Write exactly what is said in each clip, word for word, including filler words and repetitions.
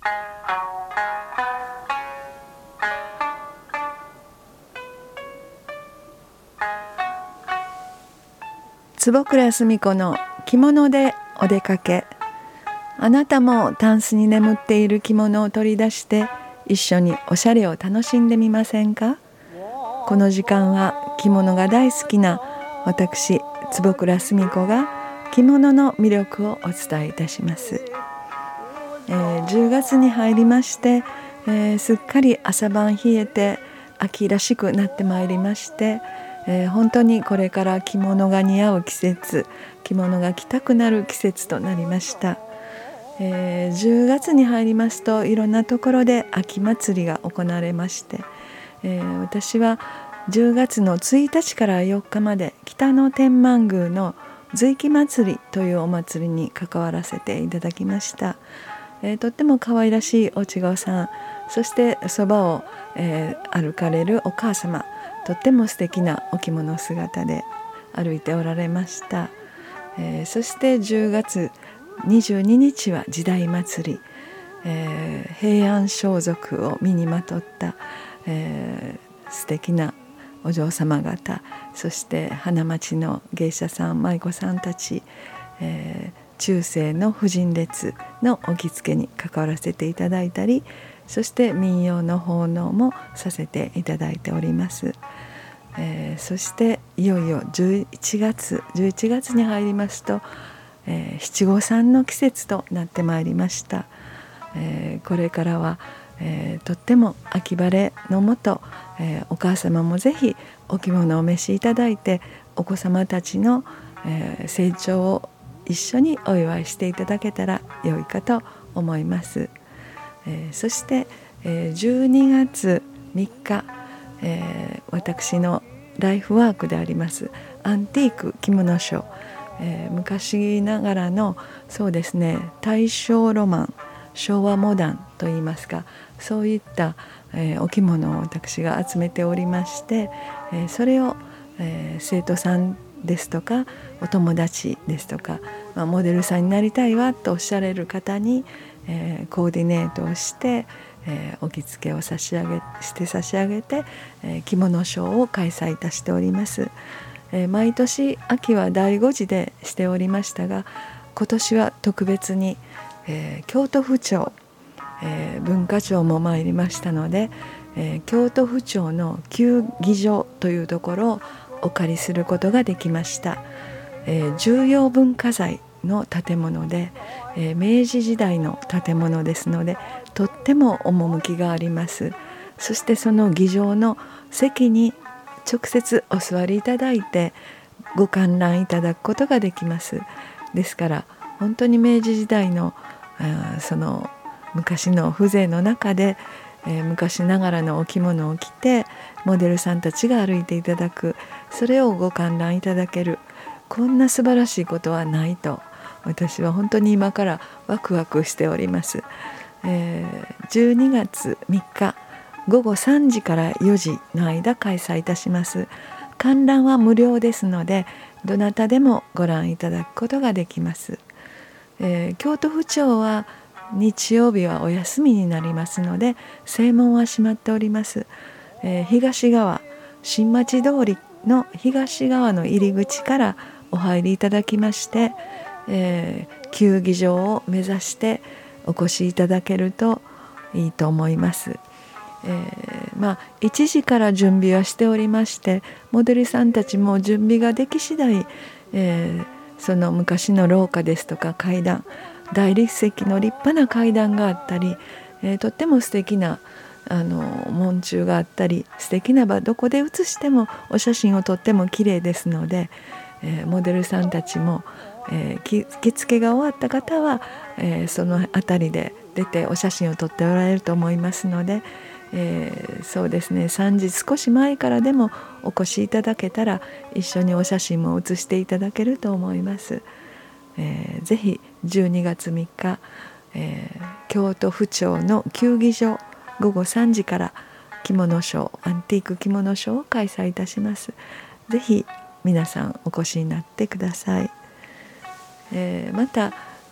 坪倉澄子の着物でお出かけ。あなたもタンスに眠っている着物を取り出して一緒におしゃれを楽しんでみませんか。この時間は着物が大好きな私坪倉澄子が着物の魅力をお伝えいたします。えー、じゅうがつに入りまして、えー、すっかり朝晩冷えて秋らしくなってまいりまして、えー、本当にこれから着物が似合う季節、着物が着たくなる季節となりました。えー、じゅうがつに入りますといろんなところで秋祭りが行われまして、えー、私はじゅうがつのついたちからよっかまで北の天満宮の随記祭りというお祭りに関わらせていただきました。えー、とっても可愛らしいお稚児さん、そしてそばを、えー、歩かれるお母様、とっても素敵なお着物姿で歩いておられました。えー、そしてじゅうがつにじゅうににちは時代祭り、えー、平安装束を身にまとった、えー、素敵なお嬢様方、そして花街の芸者さん、舞妓さんたち、えー、中世の婦人列のお着付けに関わらせていただいたり、そして民謡の奉納もさせていただいております。えー、そしていよいよじゅういちがつじゅういちがつに入りますと、えー、七五三の季節となってまいりました。えー、これからは、えー、とっても秋晴れのもと、えー、お母様もぜひお着物をお召しいただいてお子様たちの、えー、成長を一緒にお祝いしていただけたら良いかと思います。えー、そして、えー、じゅうにがつみっか、えー、私のライフワークでありますアンティーク着物ショー、えー、昔ながらのそうですね、大正ロマン、昭和モダンといいますか、そういった、えー、お着物を私が集めておりまして、えー、それを、えー、生徒さんですとかお友達ですとか、まあ、モデルさんになりたいわとおっしゃれる方に、えー、コーディネートをして、えー、お着付けを差し上げして差し上げて、えー、着物ショーを開催いたしております。えー、毎年秋はだいご次でしておりましたが、今年は特別に、えー、京都府庁、えー、文化庁も参りましたので、えー、京都府庁の旧儀場というところをお借りすることができました。えー、重要文化財の建物で、えー、明治時代の建物ですのでとっても趣があります。そしてその儀場の席に直接お座りいただいてご観覧いただくことができます。ですから本当に明治時代のその昔の風情の中で、えー、昔ながらのお着物を着てモデルさんたちが歩いていただく、それをご観覧いただける、こんな素晴らしいことはないと私は本当に今からワクワクしております。えー、じゅうにがつみっかごごさんじからよじの間開催いたします。観覧は無料ですのでどなたでもご覧いただくことができます。えー、京都府庁は日曜日はお休みになりますので正門は閉まっております。えー、東側新町通りの東側の入り口からお入りいただきまして、えー、旧儀場を目指してお越しいただけるといいと思います。えー、まあいちじから準備はしておりまして、モデルさんたちも準備ができ次第、えー、その昔の廊下ですとか階段、大理石の立派な階段があったり、えー、とっても素敵なあの門柱があったり、素敵な場、どこで写してもお写真を撮っても綺麗ですので、えー、モデルさんたちも、えー、着付けが終わった方は、えー、その辺りで出てお写真を撮っておられると思いますので、えー、そうですね、さんじ少し前からでもお越しいただけたら一緒にお写真も写していただけると思います。えー、ぜひじゅうにがつみっか、えー、京都府庁の旧儀場ごごさんじから着物ショー、アンティーク着物ショーを開催いたします。ぜひ皆さんお越しになってください。えー、また、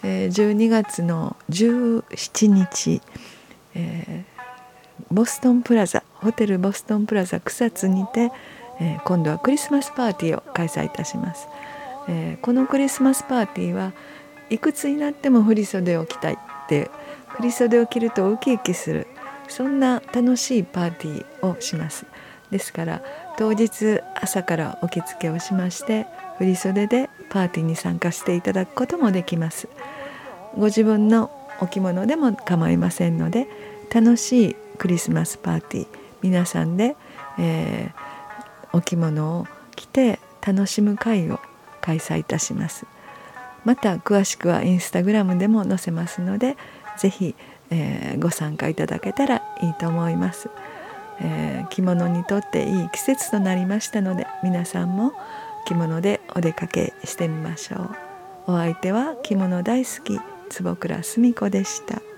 えー、じゅうにがつのじゅうしちにち、えー、ボストンプラザホテルボストンプラザ草津にて、えー、今度はクリスマスパーティーを開催いたします。えー、このクリスマスパーティーはいくつになっても振り袖を着たいって振り袖を着るとウキウキする、そんな楽しいパーティーをします。ですから当日朝からお着付けをしまして振り袖でパーティーに参加していただくこともできます。ご自分のお着物でも構いませんので、楽しいクリスマスパーティー皆さんで、えー、お着物を着て楽しむ会を開催いたします。また詳しくはインスタグラムでも載せますので、ぜひ、えー、ご参加いただけたらいいと思います。えー、着物にとっていい季節となりましたので、皆さんも着物でお出かけしてみましょう。お相手は着物大好き坪倉澄子でした。